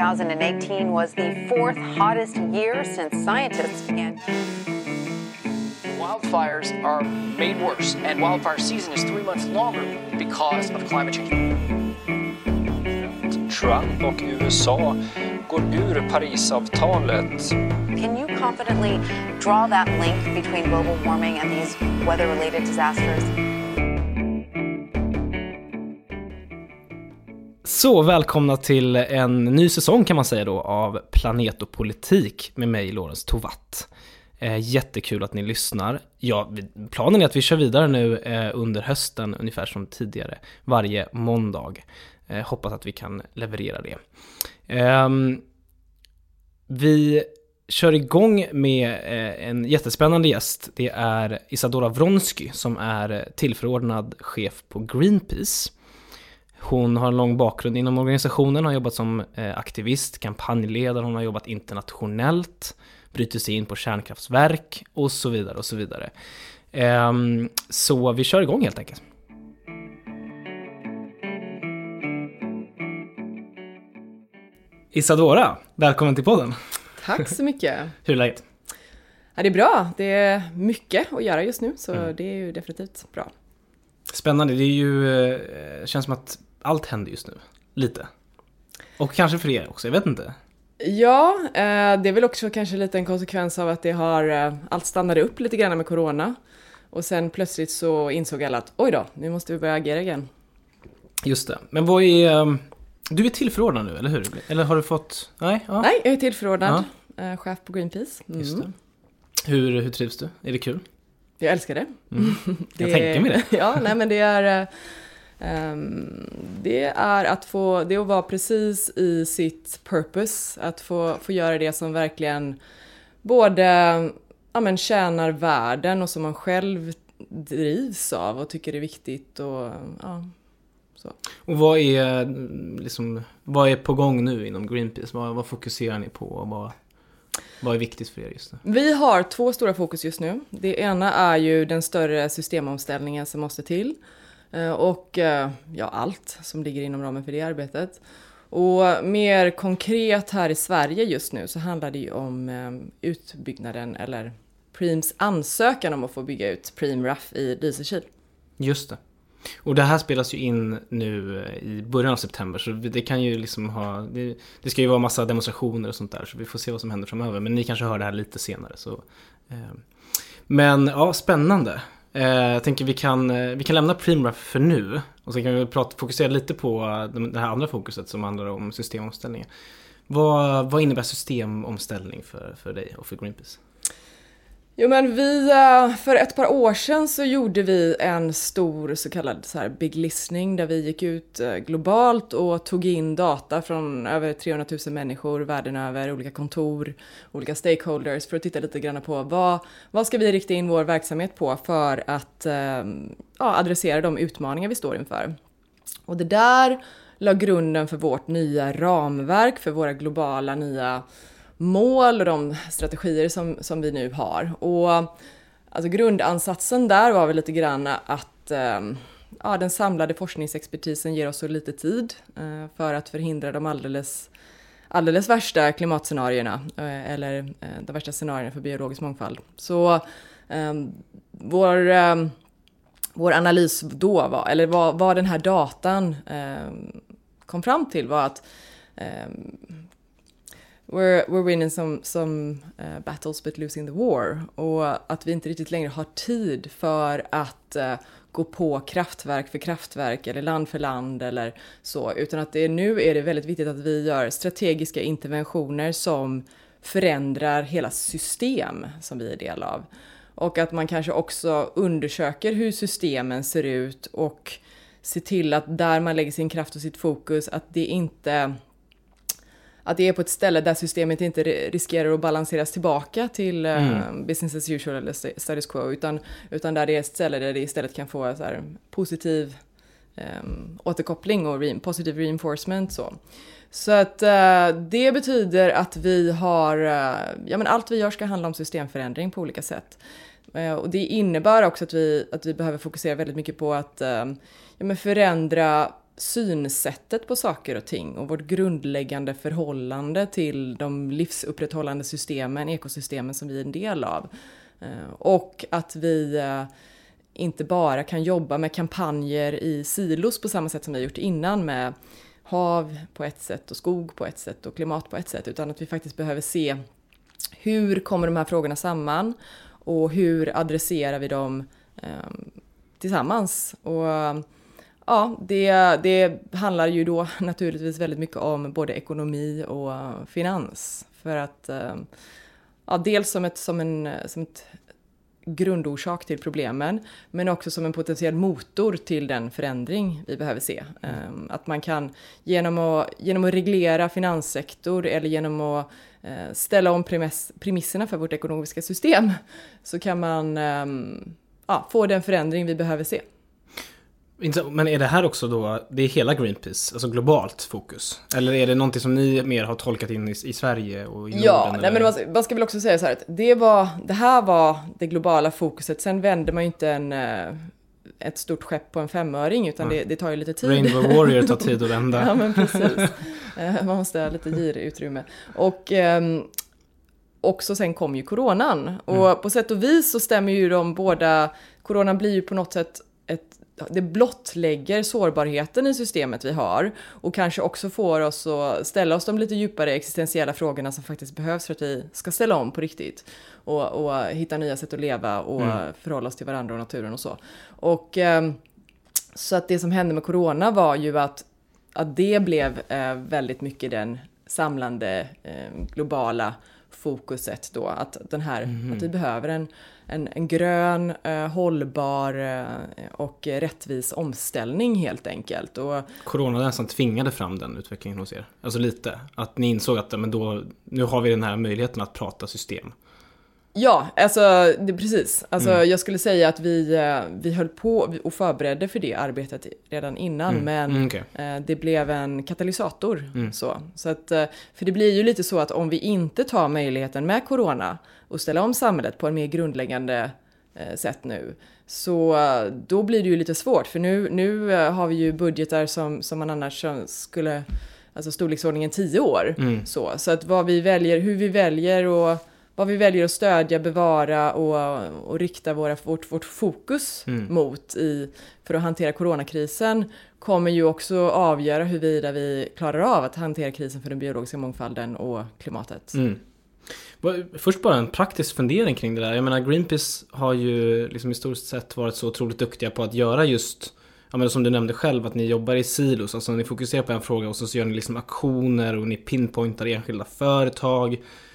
2018 was the fourth hottest year since scientists began. Wildfires are made worse, and wildfire season is 3 months longer because of climate change. Trump och USA går ur Parisavtalet. Can you confidently draw that link between global warming and these weather-related disasters? Så välkomna till en ny säsong kan man säga då av Planet och politik med mig, Lorentz Tovatt. Jättekul att ni lyssnar. Ja, planen är att vi kör vidare nu under hösten ungefär som tidigare, varje måndag. Hoppas att vi kan leverera det. Vi kör igång med en jättespännande gäst. Det är Isadora Wronski som är tillförordnad chef på Greenpeace. Hon har en lång bakgrund inom organisationen, har jobbat som aktivist, kampanjledare, hon har jobbat internationellt, bryter sig in på kärnkraftverk och så vidare och så vidare. Så vi kör igång helt enkelt. Isadora, välkommen till podden. Tack så mycket. Hur är läget? Ja, det är bra. Det är mycket att göra just nu, så det är ju definitivt bra. Spännande, det är ju, känns som att allt händer just nu, lite. Och kanske för er också, jag vet inte. Ja, det är väl också kanske lite en konsekvens av att det har, allt stannade upp lite grann med corona. Och sen plötsligt så insåg alla att oj då, nu måste vi börja agera igen. Just det, men vad är... Du är tillförordnad nu, eller hur? Eller har du fått... Nej, ja. Nej, jag är tillförordnad chef på Greenpeace. Just det. Hur trivs du? Är det kul? Jag älskar det. Jag tänker mig det. Ja, nej men det är att få, det att vara precis i sitt purpose, att få göra det som verkligen både tjänar världen och som man själv drivs av och tycker är viktigt och så. Och vad är på gång nu inom Greenpeace? Vad fokuserar ni på och vad är viktigt för er just nu? Vi har 2 stora fokus just nu. Det ena är ju den större systemomställningen som måste till. Och allt som ligger inom ramen för det arbetet. Och mer konkret här i Sverige just nu så handlar det ju om utbyggnaden eller Preems ansökan om att få bygga ut Preem Raff i Lysekil. Just det. Och det här spelas ju in nu i början av september, så det kan ju liksom det ska ju vara massa demonstrationer och sånt där, så vi får se vad som händer framöver, men ni kanske hör det här lite senare så. Men ja, spännande. Jag tänker vi kan lämna Preem Raff för nu och så kan vi fokusera lite på det här andra fokuset som handlar om systemomställningen. Vad innebär systemomställning för dig och för Greenpeace? Jo, men för ett par år sedan så gjorde vi en stor så kallad big listening där vi gick ut globalt och tog in data från över 300 000 människor världen över, olika kontor, olika stakeholders för att titta lite grann på vad ska vi rikta in vår verksamhet på för att adressera de utmaningar vi står inför. Och det där la grunden för vårt nya ramverk, för våra globala nya mål och de strategier som vi nu har. Och alltså grundansatsen där var väl lite grann att den samlade forskningsexpertisen ger oss så lite tid för att förhindra de alldeles värsta klimatscenarierna eller de värsta scenarierna för biologisk mångfald. Så vår analys då var, eller vad den här datan kom fram till var att we're winning some battles but losing the war. Och att vi inte riktigt längre har tid för att gå på kraftverk för kraftverk eller land för land eller så. Utan att nu är det väldigt viktigt att vi gör strategiska interventioner som förändrar hela system som vi är del av. Och att man kanske också undersöker hur systemen ser ut och ser till att där man lägger sin kraft och sitt fokus att det är på ett ställe där systemet inte riskerar att balanseras tillbaka till business as usual eller status quo, utan där det är ett ställe där det istället kan få så här positiv återkoppling och positive reinforcement. Så att det betyder att vi har, allt vi gör ska handla om systemförändring på olika sätt. Och det innebär också att vi behöver fokusera väldigt mycket på att förändra synsättet på saker och ting och vårt grundläggande förhållande till de livsupprätthållande systemen, ekosystemen som vi är en del av. Och att vi inte bara kan jobba med kampanjer i silos på samma sätt som vi gjort innan med hav på ett sätt och skog på ett sätt och klimat på ett sätt, utan att vi faktiskt behöver se hur kommer de här frågorna samman och hur adresserar vi dem tillsammans. Och ja, det handlar ju då naturligtvis väldigt mycket om både ekonomi och finans. För att dels som ett grundorsak till problemen, men också som en potentiell motor till den förändring vi behöver se. Att man kan genom att reglera finanssektor eller genom att ställa om premisserna för vårt ekonomiska system, så kan man få den förändring vi behöver se. Men är det här också då, det är hela Greenpeace, alltså globalt fokus? Eller är det någonting som ni mer har tolkat in i Sverige och i Norden? Men man ska väl också säga så här att det här var det globala fokuset. Sen vänder man ju inte ett stort skepp på en 5-öring, utan det tar ju lite tid. Rainbow Warrior tar tid att vända. Ja, men precis. Man måste ha lite girutrymme. Och också sen kom ju coronan. Och på sätt och vis så stämmer ju de båda. Coronan blir ju på något sätt det blottlägger sårbarheten i systemet vi har, och kanske också får oss att ställa oss de lite djupare existentiella frågorna som faktiskt behövs för att vi ska ställa om på riktigt och hitta nya sätt att leva och förhålla oss till varandra och naturen och så. Och så att det som hände med corona var ju att det blev väldigt mycket den samlande globala fokuset då, att att vi behöver en grön, hållbar och rättvis omställning helt enkelt. Och corona nästan tvingade fram den utvecklingen hos er. Alltså lite. Att ni insåg att nu har vi den här möjligheten att prata system. Ja, precis. Jag skulle säga att vi höll på och förberedde för det arbetet redan innan, men det blev en katalysator. Så att, för det blir ju lite så att om vi inte tar möjligheten med corona och ställa om samhället på en mer grundläggande sätt nu, så då blir det ju lite svårt. För nu har vi ju budgetar som man annars skulle, alltså storleksordningen 10 år. Så att hur vi väljer att stödja, bevara och rikta vårt fokus mot för att hantera coronakrisen kommer ju också avgöra huruvida vi klarar av att hantera krisen för den biologiska mångfalden och klimatet. Först bara en praktisk fundering kring det där. Jag menar, Greenpeace har ju liksom i stort sett varit så otroligt duktiga på att göra just, som du nämnde själv, att ni jobbar i silos. Alltså ni fokuserar på en fråga och så gör ni liksom aktioner och ni pinpointar enskilda företag.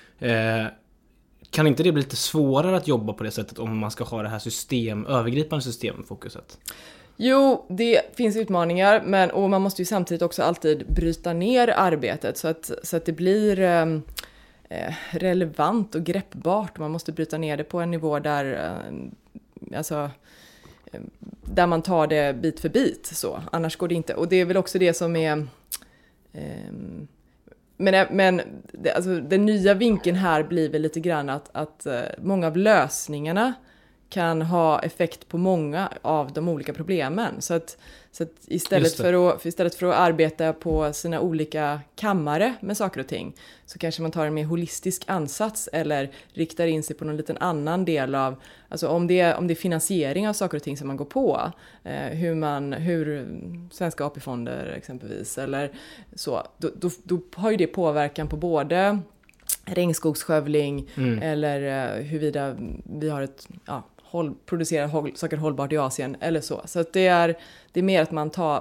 Kan inte det bli lite svårare att jobba på det sättet om man ska ha det här övergripande systemfokuset? Jo, det finns utmaningar, och man måste ju samtidigt också alltid bryta ner arbetet så att det blir relevant och greppbart. Man måste bryta ner det på en nivå där man tar det bit för bit. Så. Annars går det inte. Och det är väl också det som är... Men den nya vinkeln här blir väl lite grann att många av lösningarna kan ha effekt på många av de olika problemen. Så att istället för att arbeta på sina olika kammare med saker och ting, så kanske man tar en mer holistisk ansats eller riktar in sig på någon liten annan del av, alltså om det är finansiering av saker och ting som man går på, hur svenska AP-fonder exempelvis eller så, då har ju det påverkan på både regnskogsskövling eller huruvida vi har producerar saker hållbart i Asien eller så. Så att det är mer att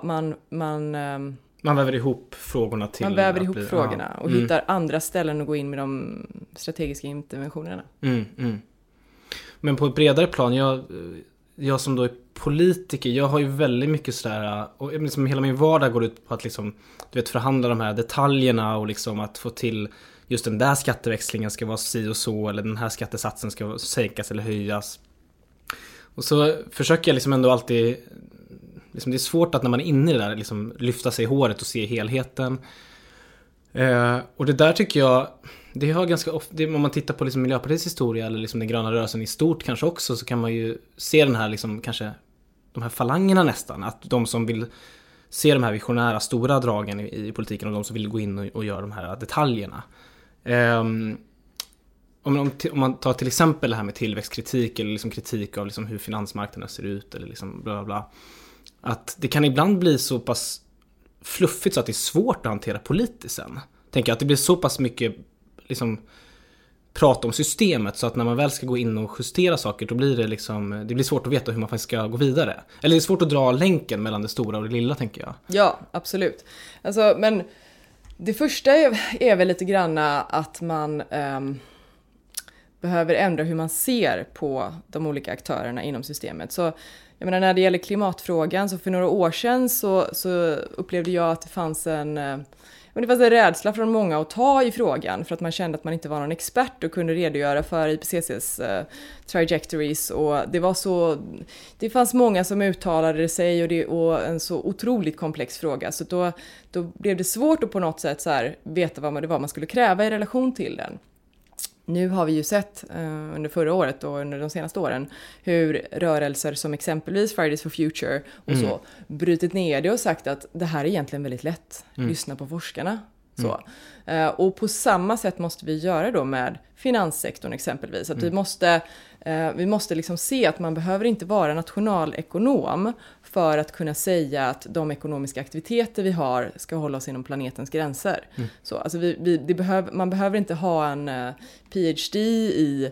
man väver ihop frågorna till... Man väver ihop frågorna och hittar andra ställen att gå in med de strategiska interventionerna. Men på ett bredare plan, jag som då är politiker, jag har ju väldigt mycket sådär, och liksom hela min vardag går ut på att liksom, förhandla de här detaljerna och liksom att få till just den där skatteväxlingen ska vara si och så, eller den här skattesatsen ska sänkas eller höjas. Och så försöker jag liksom ändå alltid, liksom det är svårt att när man är inne i det där liksom lyfta sig i håret och se helheten. Och det där tycker jag, det har ganska ofta, om man tittar på liksom Miljöpartiets historia eller liksom den gröna rörelsen i stort kanske också, så kan man ju se den här liksom, kanske de här falangerna nästan, att de som vill se de här visionära stora dragen i politiken och de som vill gå in och göra de här detaljerna. Om man tar till exempel det här med tillväxtkritik eller liksom kritik av liksom hur finansmarknaden ser ut eller liksom bla bla bla, att det kan ibland bli så pass fluffigt så att det är svårt att hantera politiskt sen. Tänker jag att det blir så pass mycket liksom prata om systemet så att när man väl ska gå in och justera saker då blir det liksom, det blir svårt att veta hur man faktiskt ska gå vidare. Eller det är svårt att dra länken mellan det stora och det lilla, tänker jag. Ja, absolut. Alltså, men det första är väl lite granna att man behöver ändra hur man ser på de olika aktörerna inom systemet. Så jag menar, när det gäller klimatfrågan, så för några år sedan så upplevde jag att det fanns en rädsla från många att ta i frågan för att man kände att man inte var någon expert och kunde redogöra för IPCCs trajectories, och det fanns många som uttalade sig och en så otroligt komplex fråga, så då blev det svårt att på något sätt så här veta vad det var man skulle kräva i relation till den. Nu har vi ju sett under förra året och under de senaste åren hur rörelser som exempelvis Fridays for Future och så brutit ner det och sagt att det här är egentligen väldigt lätt. Lyssna på forskarna. Så. Och på samma sätt måste vi göra då med finanssektorn exempelvis. Att vi måste liksom se att man behöver inte vara nationalekonom för att kunna säga att de ekonomiska aktiviteter vi har ska hålla oss inom planetens gränser. Så, alltså man behöver inte ha en PhD i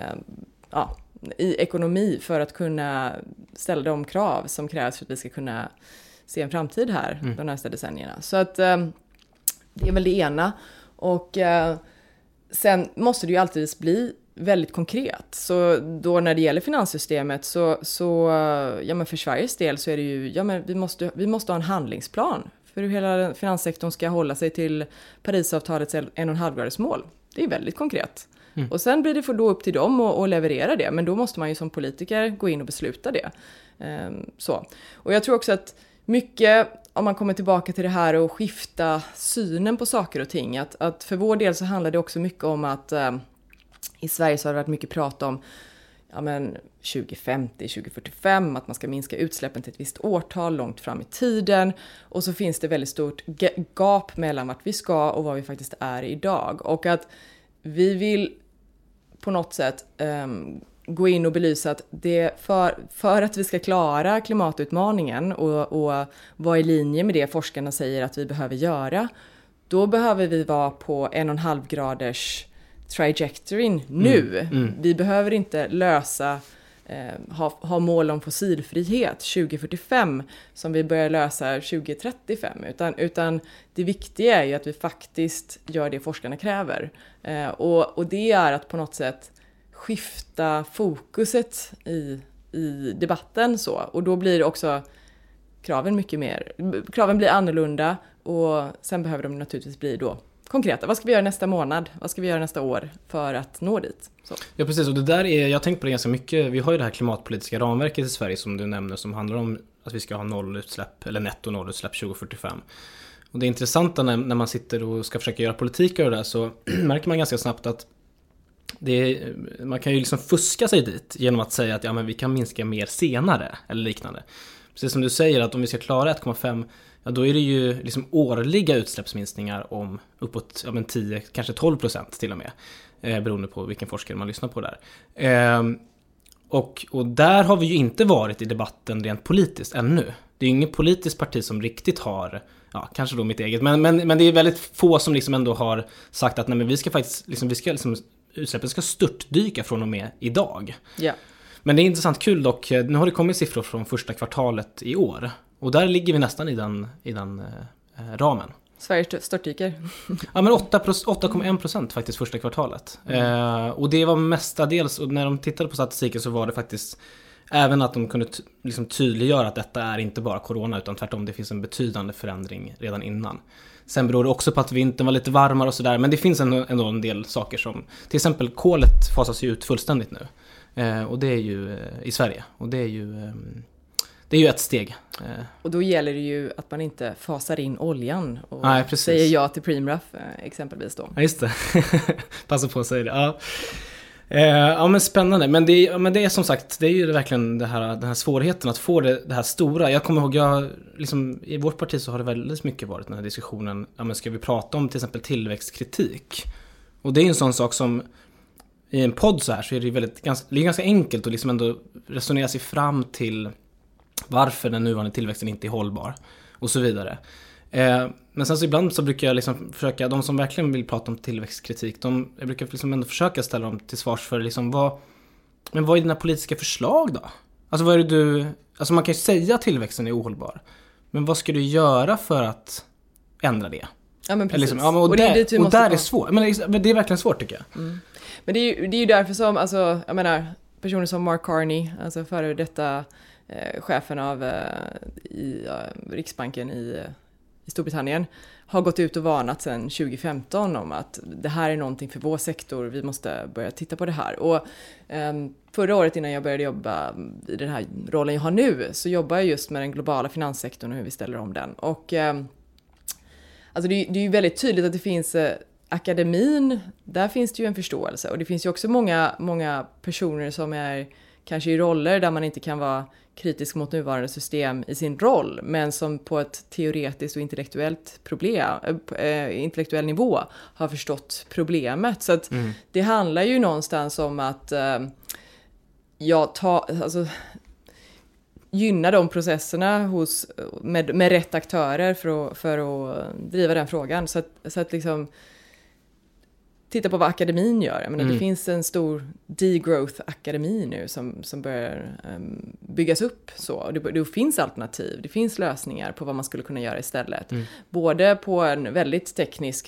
ekonomi för att kunna ställa de krav som krävs för att vi ska kunna se en framtid här de nästa decennierna. Så att det är väl det ena. Och sen måste det ju alltid bli väldigt konkret. Så då när det gäller finanssystemet så för Sveriges del så är det ju, vi måste ha en handlingsplan för hur hela finanssektorn ska hålla sig till Parisavtalets 1,5-gradersmål. Det är väldigt konkret. Och sen blir det då upp till dem att leverera det. Men då måste man ju som politiker gå in och besluta det. Så. Och jag tror också att mycket, om man kommer tillbaka till det här och skifta synen på saker och ting, att för vår del så handlar det också mycket om att i Sverige så har det varit mycket prat om 2050, 2045, att man ska minska utsläppen till ett visst årtal långt fram i tiden, och så finns det väldigt stort gap mellan vart vi ska och vad vi faktiskt är idag, och att vi vill på något sätt gå in och belysa att det för att vi ska klara klimatutmaningen och vara i linje med det forskarna säger att vi behöver göra, då behöver vi vara på 1,5 graders trajectoryn nu. Vi behöver inte ha mål om fossilfrihet 2045 som vi börjar lösa 2035, utan det viktiga är ju att vi faktiskt gör det forskarna kräver. Och det är att på något sätt skifta fokuset i debatten så. Och då blir också kraven blir annorlunda, och sen behöver de naturligtvis bli då konkreta. Vad ska vi göra nästa månad? Vad ska vi göra nästa år för att nå dit? Så. Ja, precis. Och det där jag har tänkt på det ganska mycket. Vi har ju det här klimatpolitiska ramverket i Sverige som du nämner, som handlar om att vi ska ha nollutsläpp eller netto nollutsläpp 2045. Och det intressanta när man sitter och ska försöka göra politik av det där, så märker man ganska snabbt att man kan ju liksom fuska sig dit genom att säga att vi kan minska mer senare eller liknande. Precis som du säger, att om vi ska klara 1,5, då är det ju liksom årliga utsläppsminskningar om uppåt 10, kanske 12% till och med, beroende på vilken forskare man lyssnar på där. Och där har vi ju inte varit i debatten rent politiskt ännu. Det är ju inget politiskt parti som riktigt har, kanske då mitt eget, men det är väldigt få som liksom ändå har sagt att nej, men vi ska utsläppen ska störtdyka från och med idag. Ja. Men det är intressant kul dock, nu har det kommit siffror från första kvartalet i år. Och där ligger vi nästan i den ramen. Sverige störtdyker. Ja, men 8,1% faktiskt första kvartalet. Och det var mestadels, och när de tittade på statistiken så var det faktiskt även att de kunde liksom tydliggöra att detta är inte bara corona, utan tvärtom, det finns en betydande förändring redan innan. Sen beror det också på att vintern var lite varmare och sådär, men det finns ändå en del saker som, till exempel kolet fasas ju ut fullständigt nu. Och det är ju i Sverige, och det är ju ett steg. Och då gäller det ju att man inte fasar in oljan och säger ja till Preemraff exempelvis då. Ja, just det. Passa på att säga det. Ja. Ja men spännande, men det är som sagt, det är ju verkligen den här svårigheten att få det här stora. Jag kommer ihåg, liksom, i vårt parti så har det väldigt mycket varit den här diskussionen, ja men ska vi prata om till exempel tillväxtkritik? Och det är ju en sån sak som i en podd så här så är det ganska enkelt att liksom ändå resonera sig fram till varför den nuvarande tillväxten inte är hållbar och så vidare. Men sen så ibland så brukar jag liksom försöka, de som verkligen vill prata om tillväxtkritik, jag brukar liksom ändå försöka ställa dem till svars för liksom vad är dina politiska förslag då? Alltså vad är det alltså man kan ju säga att tillväxten är ohållbar, men vad ska du göra för att ändra det? Ja men precis. Liksom, och det är svårt, men det är verkligen svårt tycker jag. Men det är ju därför som, alltså, jag menar, personer som Mark Carney, alltså före detta chefen av Riksbanken i Storbritannien, har gått ut och varnat sedan 2015 om att det här är någonting för vår sektor, vi måste börja titta på det här. Och förra året innan jag började jobba i den här rollen jag har nu så jobbar jag just med den globala finanssektorn och hur vi ställer om den. Och alltså det är ju väldigt tydligt att det finns akademin, där finns det ju en förståelse. Och det finns ju också många personer som är kanske i roller där man inte kan vara kritisk mot nuvarande system i sin roll, men som på ett teoretiskt och intellektuell nivå har förstått problemet. Så att det handlar ju någonstans om att gynna de processerna med rätt aktörer för att driva den frågan. Så att liksom titta på vad akademin gör. Jag menar, det finns en stor degrowth-akademi nu som börjar byggas upp. Så. Det finns alternativ, det finns lösningar på vad man skulle kunna göra istället. Både på en väldigt teknisk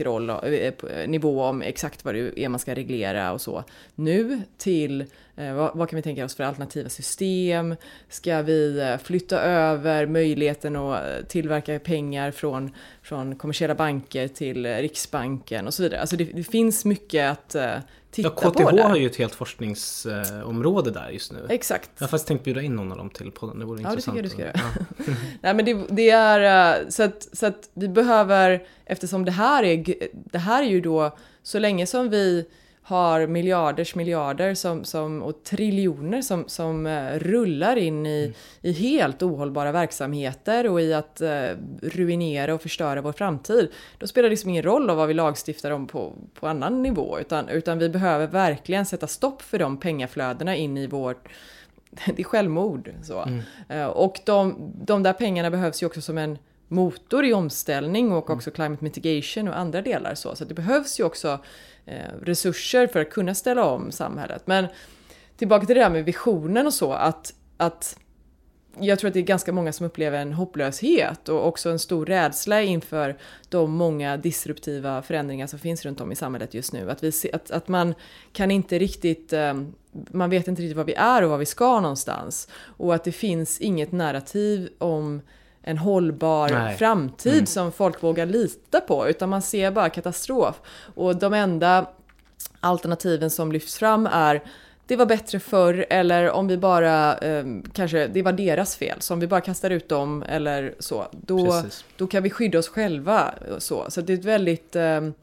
nivå om exakt vad det är man ska reglera och så. Nu till vad kan vi tänka oss för alternativa system? Ska vi flytta över möjligheten att tillverka pengar från kommersiella banker till Riksbanken och så vidare. Alltså det finns mycket att titta på där. KTH har ju ett helt forskningsområde där just nu. Exakt. Jag har faktiskt tänkt bjuda in någon av dem till podden. Det vore intressant. Ja, det tycker jag du ska göra. Ja. Nej, men det är så att vi behöver, eftersom det här är ju då, så länge som vi har miljarder och triljoner som rullar in i helt ohållbara verksamheter och i att ruinera och förstöra vår framtid. Då spelar det liksom ingen roll vad vi lagstiftar om på annan nivå, utan vi behöver verkligen sätta stopp för de pengaflödena in i det är självmord. Så. Och de där pengarna behövs ju också som en motor i omställning och också climate mitigation och andra delar. Så det behövs ju också resurser för att kunna ställa om samhället. Men tillbaka till det där med visionen och så, att jag tror att det är ganska många som upplever en hopplöshet och också en stor rädsla inför de många disruptiva förändringar som finns runt om i samhället just nu. Att man kan inte riktigt, man vet inte riktigt vad vi är och vad vi ska någonstans. Och att det finns inget narrativ om en hållbar framtid som folk vågar lita på, utan man ser bara katastrof. Och de enda alternativen som lyfts fram är det var bättre förr, eller om vi bara kanske det var deras fel, så om vi bara kastar ut dem eller så, då kan vi skydda oss själva. Så det är ett väldigt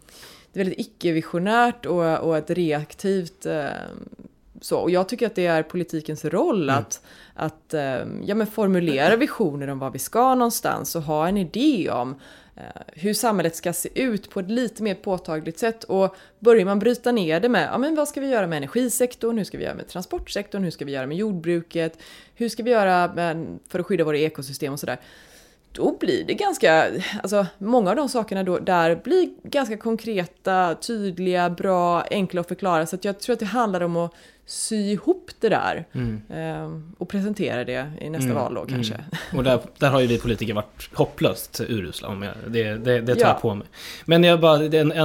icke-visionärt och ett reaktivt så. Och jag tycker att det är politikens roll att formulera visioner om vad vi ska någonstans och ha en idé om hur samhället ska se ut på ett lite mer påtagligt sätt. Och börjar man bryta ner det med vad ska vi göra med energisektorn, hur ska vi göra med transportsektorn, hur ska vi göra med jordbruket, hur ska vi göra för att skydda våra ekosystem och sådär. Då blir det ganska, många av de sakerna där blir ganska konkreta, tydliga, bra, enkla att förklara. Så att jag tror att det handlar om att sy ihop det där och presentera det i nästa val då kanske. Och där har ju vi politiker varit hopplöst urusla. Det tar jag på mig. Men jag bara,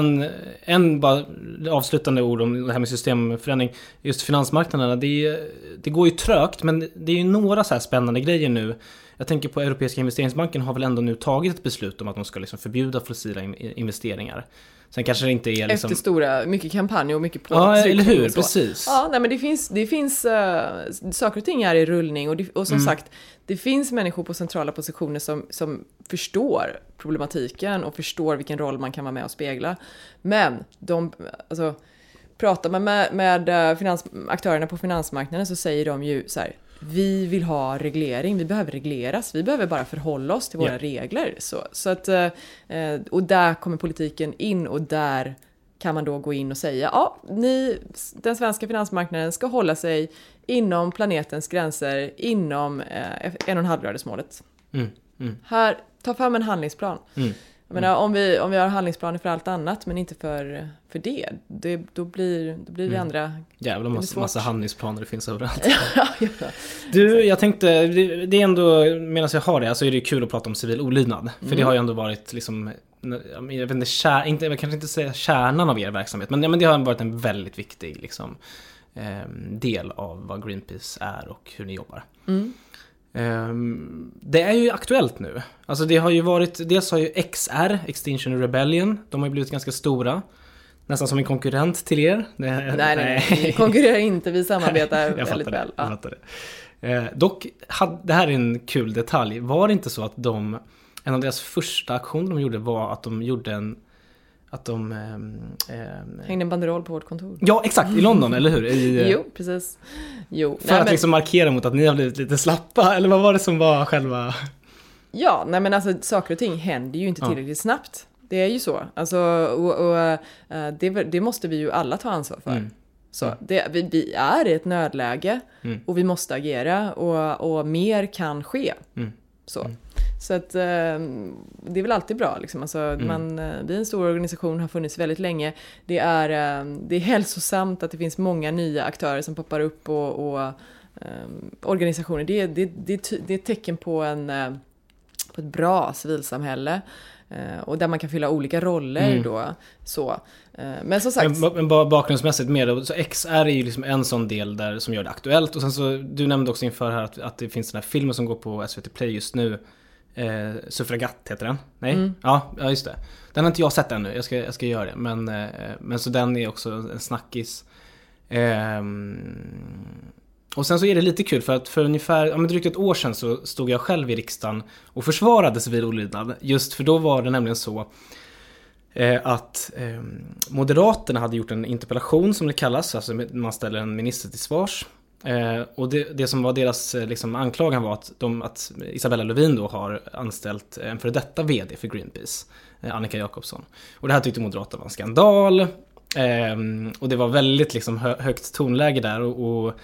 en bara avslutande ord om det här med systemförändring. Just finansmarknaderna, det går ju trögt, men det är ju några så här spännande grejer nu. Jag tänker på Europeiska investeringsbanken har väl ändå nu tagit ett beslut om att de ska liksom förbjuda fossila investeringar. Sen kanske det inte är liksom... Efter stora, mycket kampanj och mycket påtryckning. Ja, eller hur? Precis. Ja, nej, men det finns saker och ting är i rullning och som sagt, det finns människor på centrala positioner som förstår problematiken och förstår vilken roll man kan vara med och spegla. Men pratar man med aktörerna på finansmarknaden så säger de ju så här: vi vill ha reglering, vi behöver regleras, vi behöver bara förhålla oss till våra regler. Så att, och där kommer politiken in och där kan man då gå in och säga den svenska finansmarknaden ska hålla sig inom planetens gränser, inom 1,5-gradersmålet. Här, ta fram en handlingsplan. Jag menar, om vi har handlingsplaner för allt annat men inte för det, då blir det andra. Jävla massa handlingsplaner det finns överallt. Du, jag tänkte, det är ändå, medan jag har det, så är det kul att prata om civil olydnad. För det har ju ändå varit liksom, jag vet inte, jag kanske inte säga kärnan av er verksamhet, men det har varit en väldigt viktig liksom, del av vad Greenpeace är och hur ni jobbar. Det är ju aktuellt nu. Alltså det har ju varit, dels har ju XR, Extinction Rebellion, de har ju blivit ganska stora. Nästan som en konkurrent till er. Nej, vi konkurrerar inte, vi samarbetar väldigt väl. Jag fattar det. Dock, det här är en kul detalj. Var det inte så att en av deras första aktioner de gjorde var att de gjorde hängde en banderoll på vårt kontor. Ja, exakt, i London, eller hur? Jo, precis. För att liksom markera mot att ni har blivit lite slappa, eller vad var det som var själva... Ja, nej men alltså saker och ting händer ju inte tillräckligt snabbt. Det är ju så. Alltså, och det måste vi ju alla ta ansvar för. Så vi är i ett nödläge och vi måste agera och mer kan ske. Så att det är väl alltid bra liksom. Alltså, vi är en stor organisation, har funnits väldigt länge. Det är hälsosamt att det finns många nya aktörer som poppar upp och organisationer. Det är ett tecken på ett bra civilsamhälle. Och där man kan fylla olika roller då. Så. Men som sagt... Men bakgrundsmässigt mer då, så XR är ju liksom en sån del där som gör det aktuellt. Och sen så, du nämnde också inför här att det finns den här filmen som går på SVT Play just nu. Suffragatt heter den. Nej? Ja, just det. Den har inte jag sett ännu, jag ska göra det. Men så den är också en snackis. Och sen så är det lite kul för att för ungefär drygt ett år sedan så stod jag själv i riksdagen och försvarade civil olydnad. Just för då var det nämligen så att Moderaterna hade gjort en interpellation som det kallas, alltså man ställer en minister till svars. Och det som var deras liksom, anklagan var att Isabella Lövin då har anställt en före detta vd för Greenpeace, Annika Jacobsson. Och det här tyckte Moderaterna var en skandal. Och det var väldigt liksom, högt tonläge där och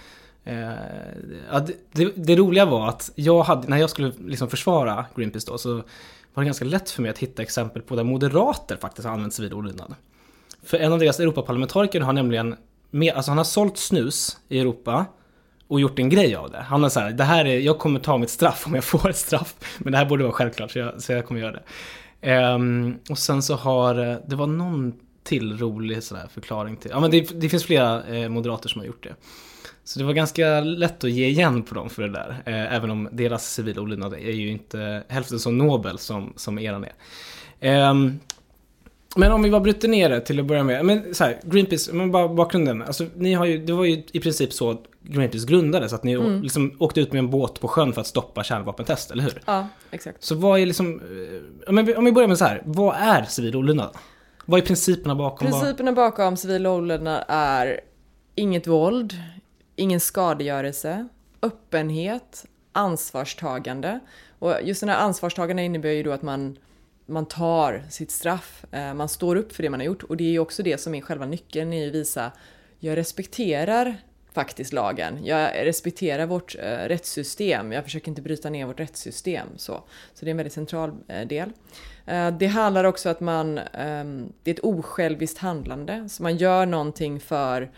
det roliga var att när jag skulle liksom försvara Greenpeace då, så var det ganska lätt för mig att hitta exempel på där moderater faktiskt har använt civil olydnad. För en av deras Europaparlamentariker har nämligen han har sålt snus i Europa och gjort en grej av det. Han har så här, jag kommer ta mitt straff om jag får ett straff, men det här borde vara självklart så jag kommer göra det. Och sen så det var någon till rolig sån här förklaring till. Ja, men det finns flera moderater som har gjort det. Så det var ganska lätt att ge igen på dem för det där. Även om deras civil olydnad är ju inte hälften så nobel som eran är. Men om vi bara bryter ner det till att börja med. Men så här, Greenpeace, men bara bakgrunden. Alltså, det var ju i princip så att Greenpeace grundades. Att ni liksom åkte ut med en båt på sjön för att stoppa kärnvapentest, eller hur? Ja, exakt. Så vad är liksom... Om vi börjar med så här. Vad är civil olydnad? Vad är principerna bakom? Principerna bakom civil olydnad är inget våld, ingen skadegörelse, öppenhet, ansvarstagande. Och just den här ansvarstagande innebär ju då att man tar sitt straff, man står upp för det man har gjort. Och det är ju också det som är själva nyckeln i att visa, jag respekterar faktiskt lagen, jag respekterar vårt rättssystem, jag försöker inte bryta ner vårt rättssystem. Så det är en väldigt central del. Det handlar också att det är ett osjälviskt handlande, så man gör någonting för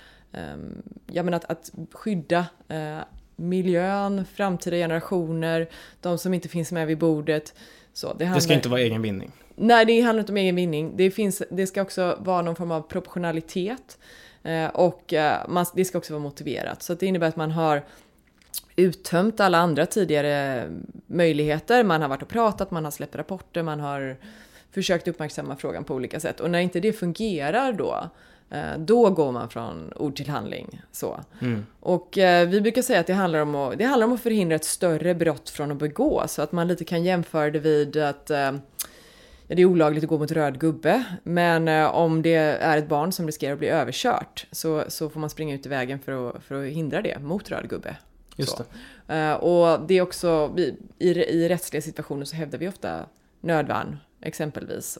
att skydda miljön, framtida generationer, de som inte finns med vid bordet. Så det ska inte vara egen vinning. Nej, det handlar inte om egen vinning. Det ska också vara någon form av proportionalitet och det ska också vara motiverat. Så det innebär att man har uttömt alla andra tidigare möjligheter. Man har varit och pratat, man har släppt rapporter, man har försökt uppmärksamma frågan på olika sätt. Och när inte det fungerar då går man från ord till handling. Så. Och vi brukar säga att det handlar om att förhindra ett större brott från att begå. Så att man lite kan jämföra det vid att det är olagligt att gå mot röd gubbe, men om det är ett barn som riskerar att bli överkört så får man springa ut i vägen för att hindra det mot röd gubbe. Just det. Och det är också, i rättsliga situationer så hävdar vi ofta nödvärn exempelvis.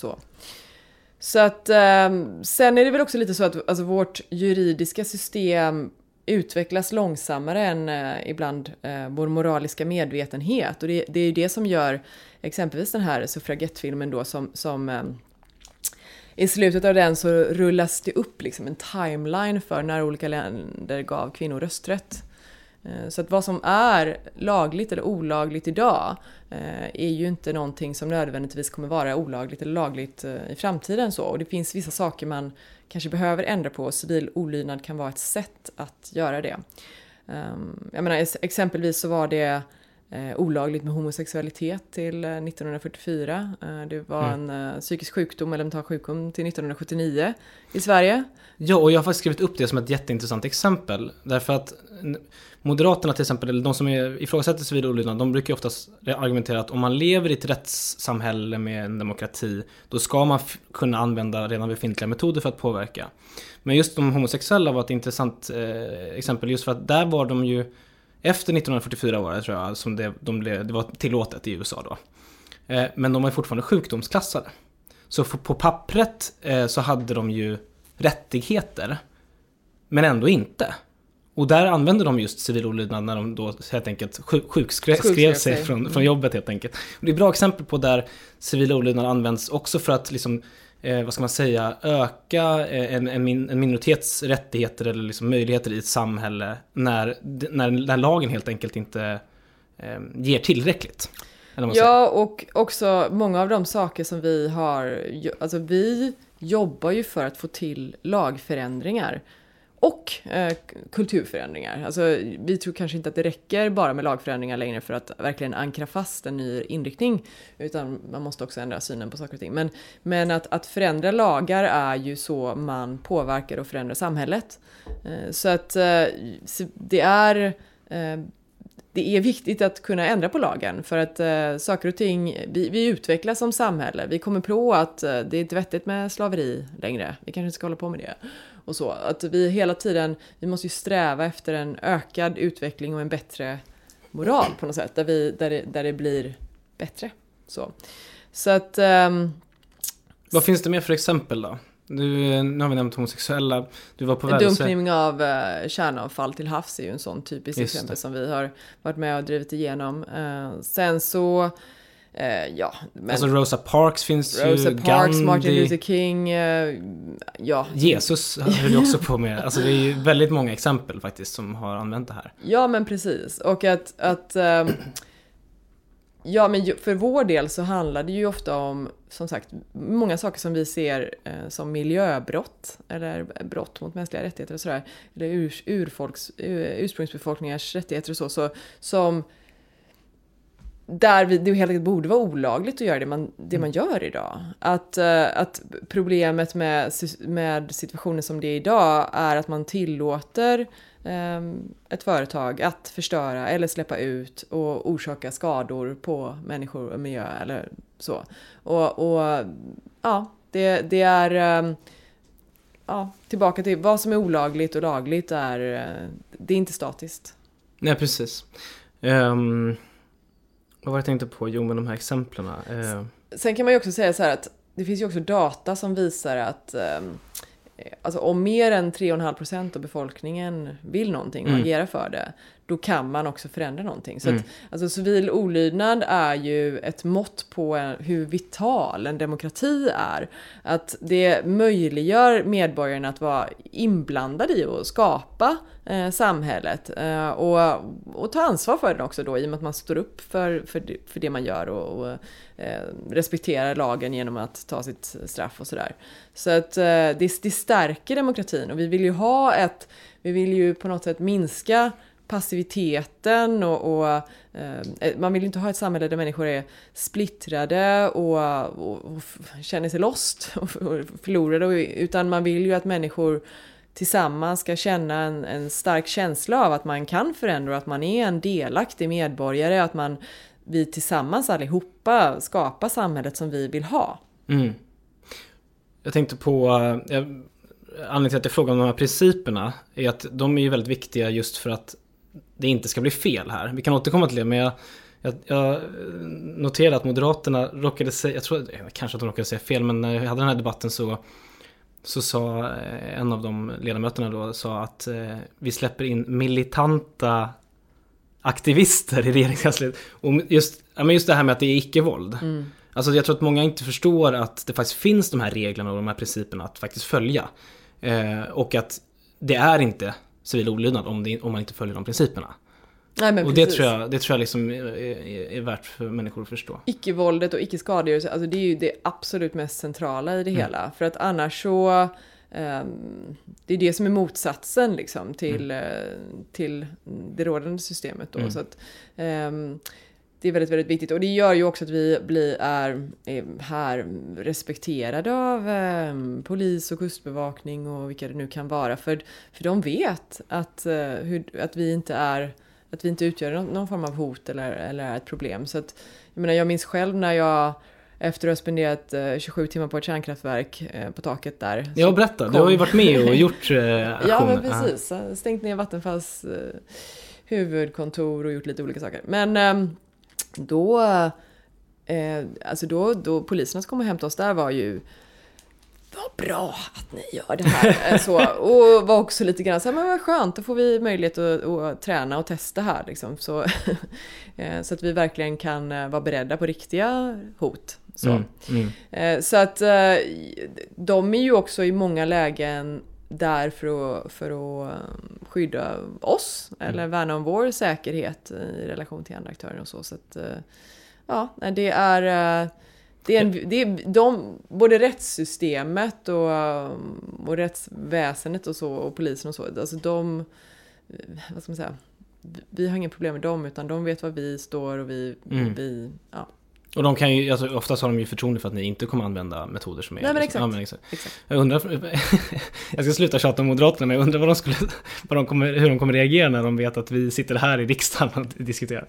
Så att sen är det väl också lite så att alltså, vårt juridiska system utvecklas långsammare än ibland vår moraliska medvetenhet. Och det är ju det som gör exempelvis den här suffragettfilmen då som i slutet av den så rullas det upp liksom en timeline för när olika länder gav kvinnor rösträtt. Så att vad som är lagligt eller olagligt idag är ju inte någonting som nödvändigtvis kommer vara olagligt eller lagligt i framtiden. Så. Och det finns vissa saker man kanske behöver ändra på. Civil olydnad kan vara ett sätt att göra det. Jag menar, exempelvis så var det olagligt med homosexualitet till 1944. Det var en psykisk sjukdom eller mental sjukdom till 1979 i Sverige. Ja, och jag har faktiskt skrivit upp det som ett jätteintressant exempel. Därför att Moderaterna till exempel, eller de som ifrågasätter civil olydnad, de brukar ju oftast argumentera att om man lever i ett rättssamhälle med en demokrati, då ska man kunna använda redan befintliga metoder för att påverka. Men just de homosexuella var ett intressant exempel, just för att där var de ju efter 1944 var det, tror jag, som det var tillåtet i USA då. Men de var fortfarande sjukdomsklassade. Så på pappret så hade de ju rättigheter, men ändå inte. Och där använde de just civil olydnad när de då helt enkelt sjukskrev sig från jobbet helt enkelt. Och det är bra exempel på där civil olydnad används också för att liksom, vad ska man säga, öka en minoritets rättigheter eller liksom möjligheter i ett samhälle när lagen helt enkelt inte ger tillräckligt. Ja, och också många av de saker som vi har, alltså vi jobbar ju för att få till lagförändringar och kulturförändringar. Alltså, vi tror kanske inte att det räcker bara med lagförändringar längre för att verkligen ankra fast en ny inriktning, utan man måste också ändra synen på saker och ting. Men att förändra lagar är ju så man påverkar och förändrar samhället. Så att det är viktigt att kunna ändra på lagen, för att saker och ting, vi utvecklas som samhälle. Vi kommer på att det är inte vettigt med slaveri längre. Vi kanske inte ska hålla på med det. Och så. Att vi hela tiden, vi måste ju sträva efter en ökad utveckling och en bättre moral på något sätt. Där det blir bättre. Så att... Vad finns det mer för exempel då? Nu har vi nämnt homosexuella. Du var på dumpning av kärnavfall till havs är ju en sån typisk exempel som vi har varit med och drivit igenom. Sen så men alltså Rosa Parks finns ju, Rosa Parks, Gandhi, Martin Luther King, Jesus höll du också på med. Alltså det är ju väldigt många exempel faktiskt som har använt det här. Ja, men precis. Och att ja, men för vår del så handlar det ju ofta om, som sagt, många saker som vi ser som miljöbrott eller brott mot mänskliga rättigheter och sådär, eller ursprungsbefolkningars rättigheter och så som där det helt enkelt borde vara olagligt att göra det man gör idag. Att problemet med situationen som det är idag är att man tillåter ett företag att förstöra eller släppa ut och orsaka skador på människor och miljö eller så. Och ja, det är tillbaka till vad som är olagligt och lagligt det är inte statiskt. Nej, precis. Vad var jag tänkte på? Jo, med de här exemplen. Sen kan man ju också säga så här att det finns ju också data som visar att alltså om mer än 3,5% av befolkningen vill någonting och agerar för det, då kan man också förändra någonting. Så att, alltså civil olydnad är ju ett mått på hur vital en demokrati är. Att det möjliggör medborgarna att vara inblandade i att skapa samhället och ta ansvar för det också då, i och med att man står upp för det man gör och respekterar lagen genom att ta sitt straff och sådär. Så att det stärker demokratin, och vi vill ju på något sätt minska passiviteten och man vill inte ha ett samhälle där människor är splittrade och känner sig lost och förlorade, utan man vill ju att människor tillsammans ska känna en stark känsla av att man kan förändra, att man är en delaktig medborgare, att man vi tillsammans allihopa skapar samhället som vi vill ha. Jag tänkte på anledningen till att jag frågar om de här principerna är att de är ju väldigt viktiga just för att det inte ska bli fel här. Vi kan återkomma till det, men jag noterade att Moderaterna råkade säga, jag tror kanske att de råkade säga fel, men när jag hade den här debatten så sa en av de ledamöterna då sa att vi släpper in militanta aktivister i regeringskansliet. Och just det här med att det är icke-våld. Alltså jag tror att många inte förstår att det faktiskt finns de här reglerna och de här principerna att faktiskt följa. Och att det är inte civil olydnad om man inte följer de principerna. Nej, men och det tror jag liksom är värt för människor att förstå. Icke-våldet och icke-skadegörelse, alltså det är ju det absolut mest centrala i det hela. För att annars så det är det som är motsatsen liksom till det rådande systemet då. Så att det är väldigt, väldigt viktigt. Och det gör ju också att vi är här respekterade av polis och kustbevakning och vilka det nu kan vara. För de vet att vi inte utgör någon form av hot eller är ett problem. Så att, jag minns själv när jag efter att ha spenderat 27 timmar på ett kärnkraftverk på taket där. Jag berättar, du har ju varit med och gjort aktioner. Ja, men precis. Stängt ner Vattenfalls huvudkontor och gjort lite olika saker. Men då poliserna som kom och hämtade oss där var ju vad bra att ni gör det här. Så, och var också lite grann så här, men vad skönt, då får vi möjlighet att träna och testa här liksom. Så att vi verkligen kan vara beredda på riktiga hot. Så, så att de är ju också i många lägen där för att skydda oss eller värna om vår säkerhet i relation till andra aktörer och så. Så att det är både rättssystemet och rättsväsendet och så och polisen och så, alltså vad ska man säga, vi har inga problem med dem utan de vet var vi står och vi Och de kan ju, alltså, oftast har de ju förtroende för att ni inte kommer använda metoder som är... Nej, men exakt. Ja, men exakt. Jag undrar, jag ska sluta tjata om Moderaterna, men jag undrar hur de kommer reagera när de vet att vi sitter här i riksdagen och diskuterar.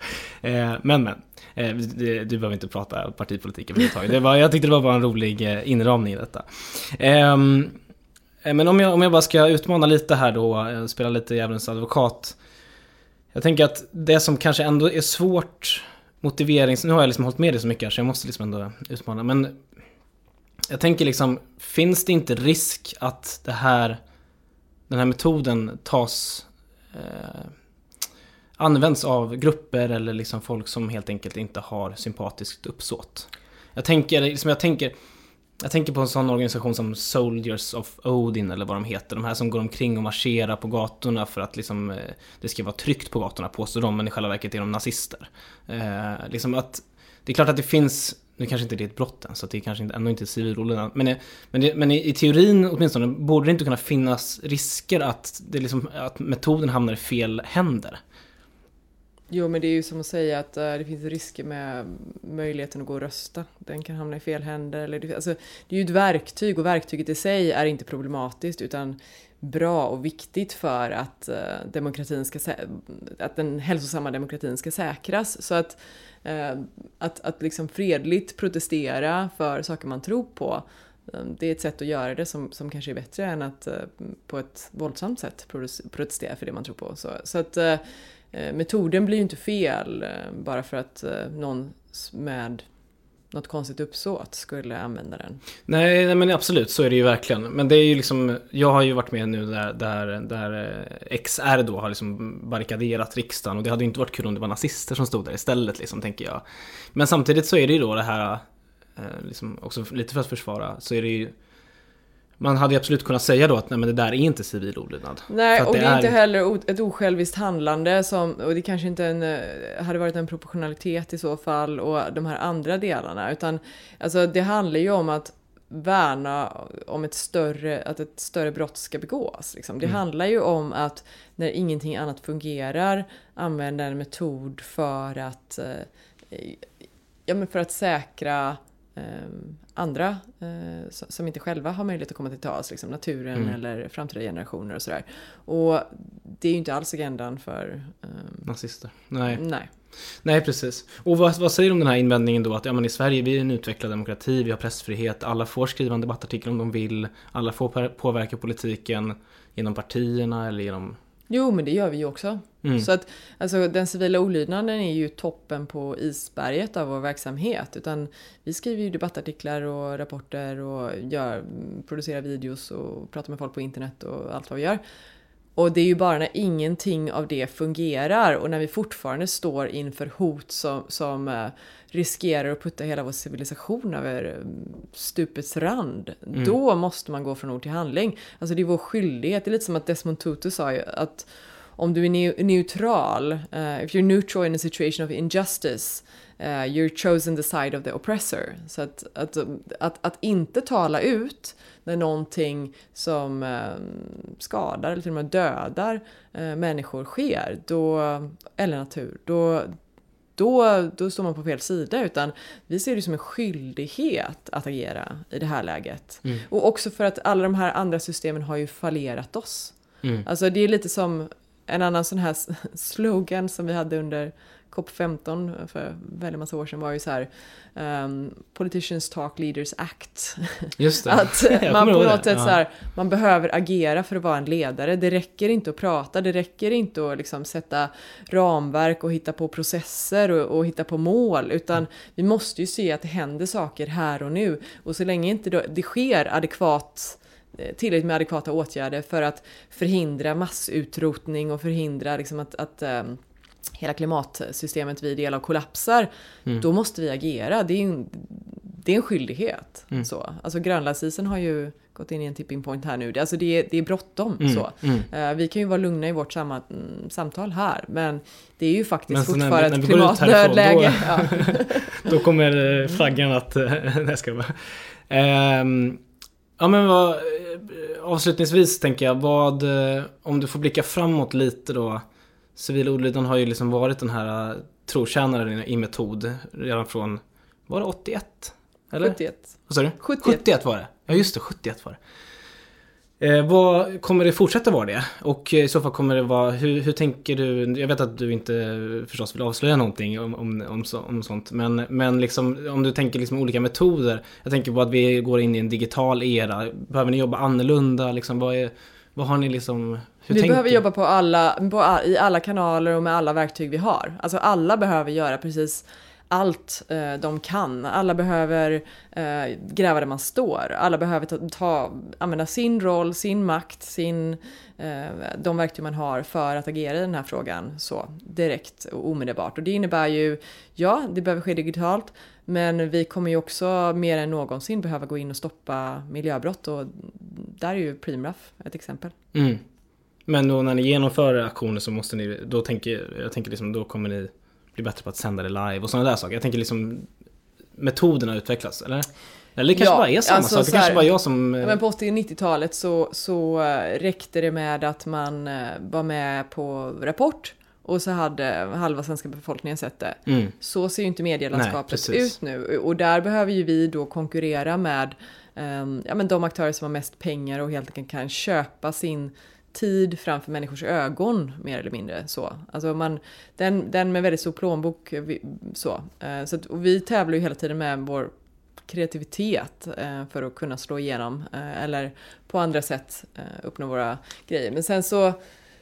Du behöver inte prata partipolitik överhuvudtaget. Jag tyckte det var bara en rolig inramning i detta. Men om jag bara ska utmana lite här då, spela lite djävulens advokat. Jag tänker att det som kanske ändå är svårt... nu har jag liksom hållit med det så mycket här, så jag måste liksom ändå utmana. Men jag tänker liksom, finns det inte risk att den här metoden används av grupper eller liksom folk som helt enkelt inte har sympatiskt uppsåt? Jag tänker på en sån organisation som Soldiers of Odin eller vad de heter. De här som går omkring och marscherar på gatorna för att liksom, det ska vara tryggt på gatorna, påstår de, men i själva verket är de nazister. Liksom att, det är klart att det finns, nu kanske inte det är ett brott än, så att det är kanske ändå inte civilrollen. Men i teorin åtminstone borde det inte kunna finnas risker att metoden hamnar i fel händer. Jo, men det är ju som att säga att det finns risker med möjligheten att gå och rösta. Den kan hamna i fel händer. Det är ju ett verktyg och verktyget i sig är inte problematiskt utan bra och viktigt för att att den hälsosamma demokratin ska säkras. Så att liksom fredligt protestera för saker man tror på, det är ett sätt att göra det som kanske är bättre än att på ett våldsamt sätt protestera för det man tror på. Så att metoden blir ju inte fel bara för att någon med något konstigt uppsåt skulle använda den. Nej, men absolut, så är det ju verkligen. Men det är ju liksom, jag har ju varit med nu där XR då har liksom barrikaderat riksdagen, och det hade ju inte varit kul om det var nazister som stod där istället liksom, tänker jag. Men samtidigt så är det ju då det här liksom, också lite för att försvara, så är det ju, man hade absolut kunnat säga då att nej, men det där är inte civil olydnad. Nej, och det är inte heller ett osjälviskt handlande och det kanske inte hade varit en proportionalitet i så fall och de här andra delarna, utan alltså, det handlar ju om att värna om att ett större brott ska begås. Liksom. Det handlar ju om att när ingenting annat fungerar använda en metod för att säkra andra som inte själva har möjlighet att komma till tals, liksom naturen eller framtida generationer och sådär. Och det är ju inte alls agendan för nazister. Nej. Nej, precis. Och vad säger du om den här invändningen då att ja, men i Sverige vi är en utvecklad demokrati, vi har pressfrihet, alla får skriva en debattartikel om de vill, alla får påverka politiken genom partierna eller genom... Jo, men det gör vi ju också. Så att alltså, den civila olydnaden är ju toppen på isberget av vår verksamhet. Utan vi skriver ju debattartiklar och rapporter och producerar videos och pratar med folk på internet och allt vad vi gör. Och det är ju bara när ingenting av det fungerar och när vi fortfarande står inför hot som riskerar att putta hela vår civilisation över stupets rand. Då måste man gå från ord till handling. Alltså det är vår skyldighet. Det är lite som att Desmond Tutu sa ju att om du är neutral, if you're neutral in a situation of injustice, you're chosen the side of the oppressor. Så att inte tala ut när någonting som skadar eller till och med dödar människor sker, eller natur, då står man på fel sida, utan vi ser det som en skyldighet att agera i det här läget. Och också för att alla de här andra systemen har ju fallerat oss. Alltså det är lite som en annan sån här slogan som vi hade under COP15 för väldigt massa år sedan var ju så här politicians talk, leaders act. Just det. Att man på något sätt så här, man behöver agera för att vara en ledare. Det räcker inte att prata, det räcker inte att liksom sätta ramverk och hitta på processer och hitta på mål, utan vi måste ju se att det händer saker här och nu, och så länge inte det sker tillräckligt med adekvata åtgärder för att förhindra massutrotning och förhindra liksom att hela klimatsystemet vid del av kollapsar, då måste vi agera. Det är en skyldighet. Så. Alltså Grönlandsisen har ju gått in i en tipping point här nu. Alltså det är bråttom. Vi kan ju vara lugna i vårt samtal här, men det är ju faktiskt fortfarande ett klimatnödläge. Då kommer flaggan att... Nej, ska jag ja, men avslutningsvis tänker jag, om du får blicka framåt lite då. Civil olydnad har ju liksom varit den här trotjänaren i metod redan från, var det 81? Eller? 71. Vad sa du? 71 var det. Ja just det, 71 var det. Vad kommer det fortsätta vara det? Och i så fall kommer det vara, hur tänker du, jag vet att du inte förstås vill avslöja någonting om sånt, men liksom, om du tänker liksom olika metoder, jag tänker på att vi går in i en digital era, behöver ni jobba annorlunda, liksom, vad har ni liksom, vi behöver jobba i alla kanaler och med alla verktyg vi har. Alltså alla behöver göra precis allt de kan. Alla behöver gräva där man står. Alla behöver använda sin roll, sin makt, de verktyg man har för att agera i den här frågan så direkt och omedelbart. Och det innebär ju, det behöver ske digitalt, men vi kommer ju också mer än någonsin behöva gå in och stoppa miljöbrott, och där är ju Preemraff ett exempel. Men då när ni genomför aktioner så måste ni, jag tänker liksom, då kommer ni bli bättre på att sända det live och sådana där saker. Jag tänker liksom metoderna utvecklas, eller? Eller det kanske bara är samma sak. Det kanske bara jag som... Ja, men på 80- och 90-talet så räckte det med att man var med på Rapport och så hade halva svenska befolkningen sett det. Så ser ju inte medielandskapet ut nu. Och där behöver ju vi då konkurrera med de aktörer som har mest pengar och helt enkelt kan köpa sin tid framför människors ögon, mer eller mindre så. Alltså den med väldigt stor plånbok så att, och vi tävlar ju hela tiden med vår kreativitet för att kunna slå igenom eller på andra sätt uppnå våra grejer. Men sen så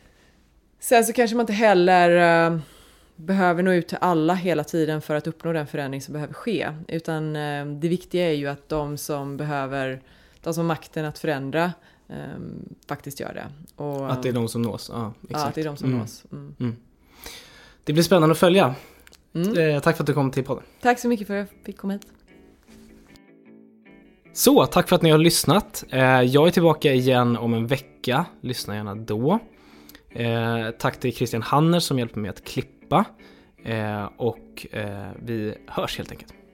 kanske man inte heller behöver nå ut till alla hela tiden för att uppnå den förändring som behöver ske, utan det viktiga är ju att de som har makten att förändra faktiskt gör det. Och att det är de som nås. Ja, exakt. Ja, att det är de som nås. Det blir spännande att följa. Tack för att du kom till podden. Tack så mycket för att jag fick komma hit. Så, tack för att ni har lyssnat. Jag är tillbaka igen om en vecka. Lyssna gärna då. Tack till Christian Hanner som hjälper mig att klippa. Och vi hörs helt enkelt.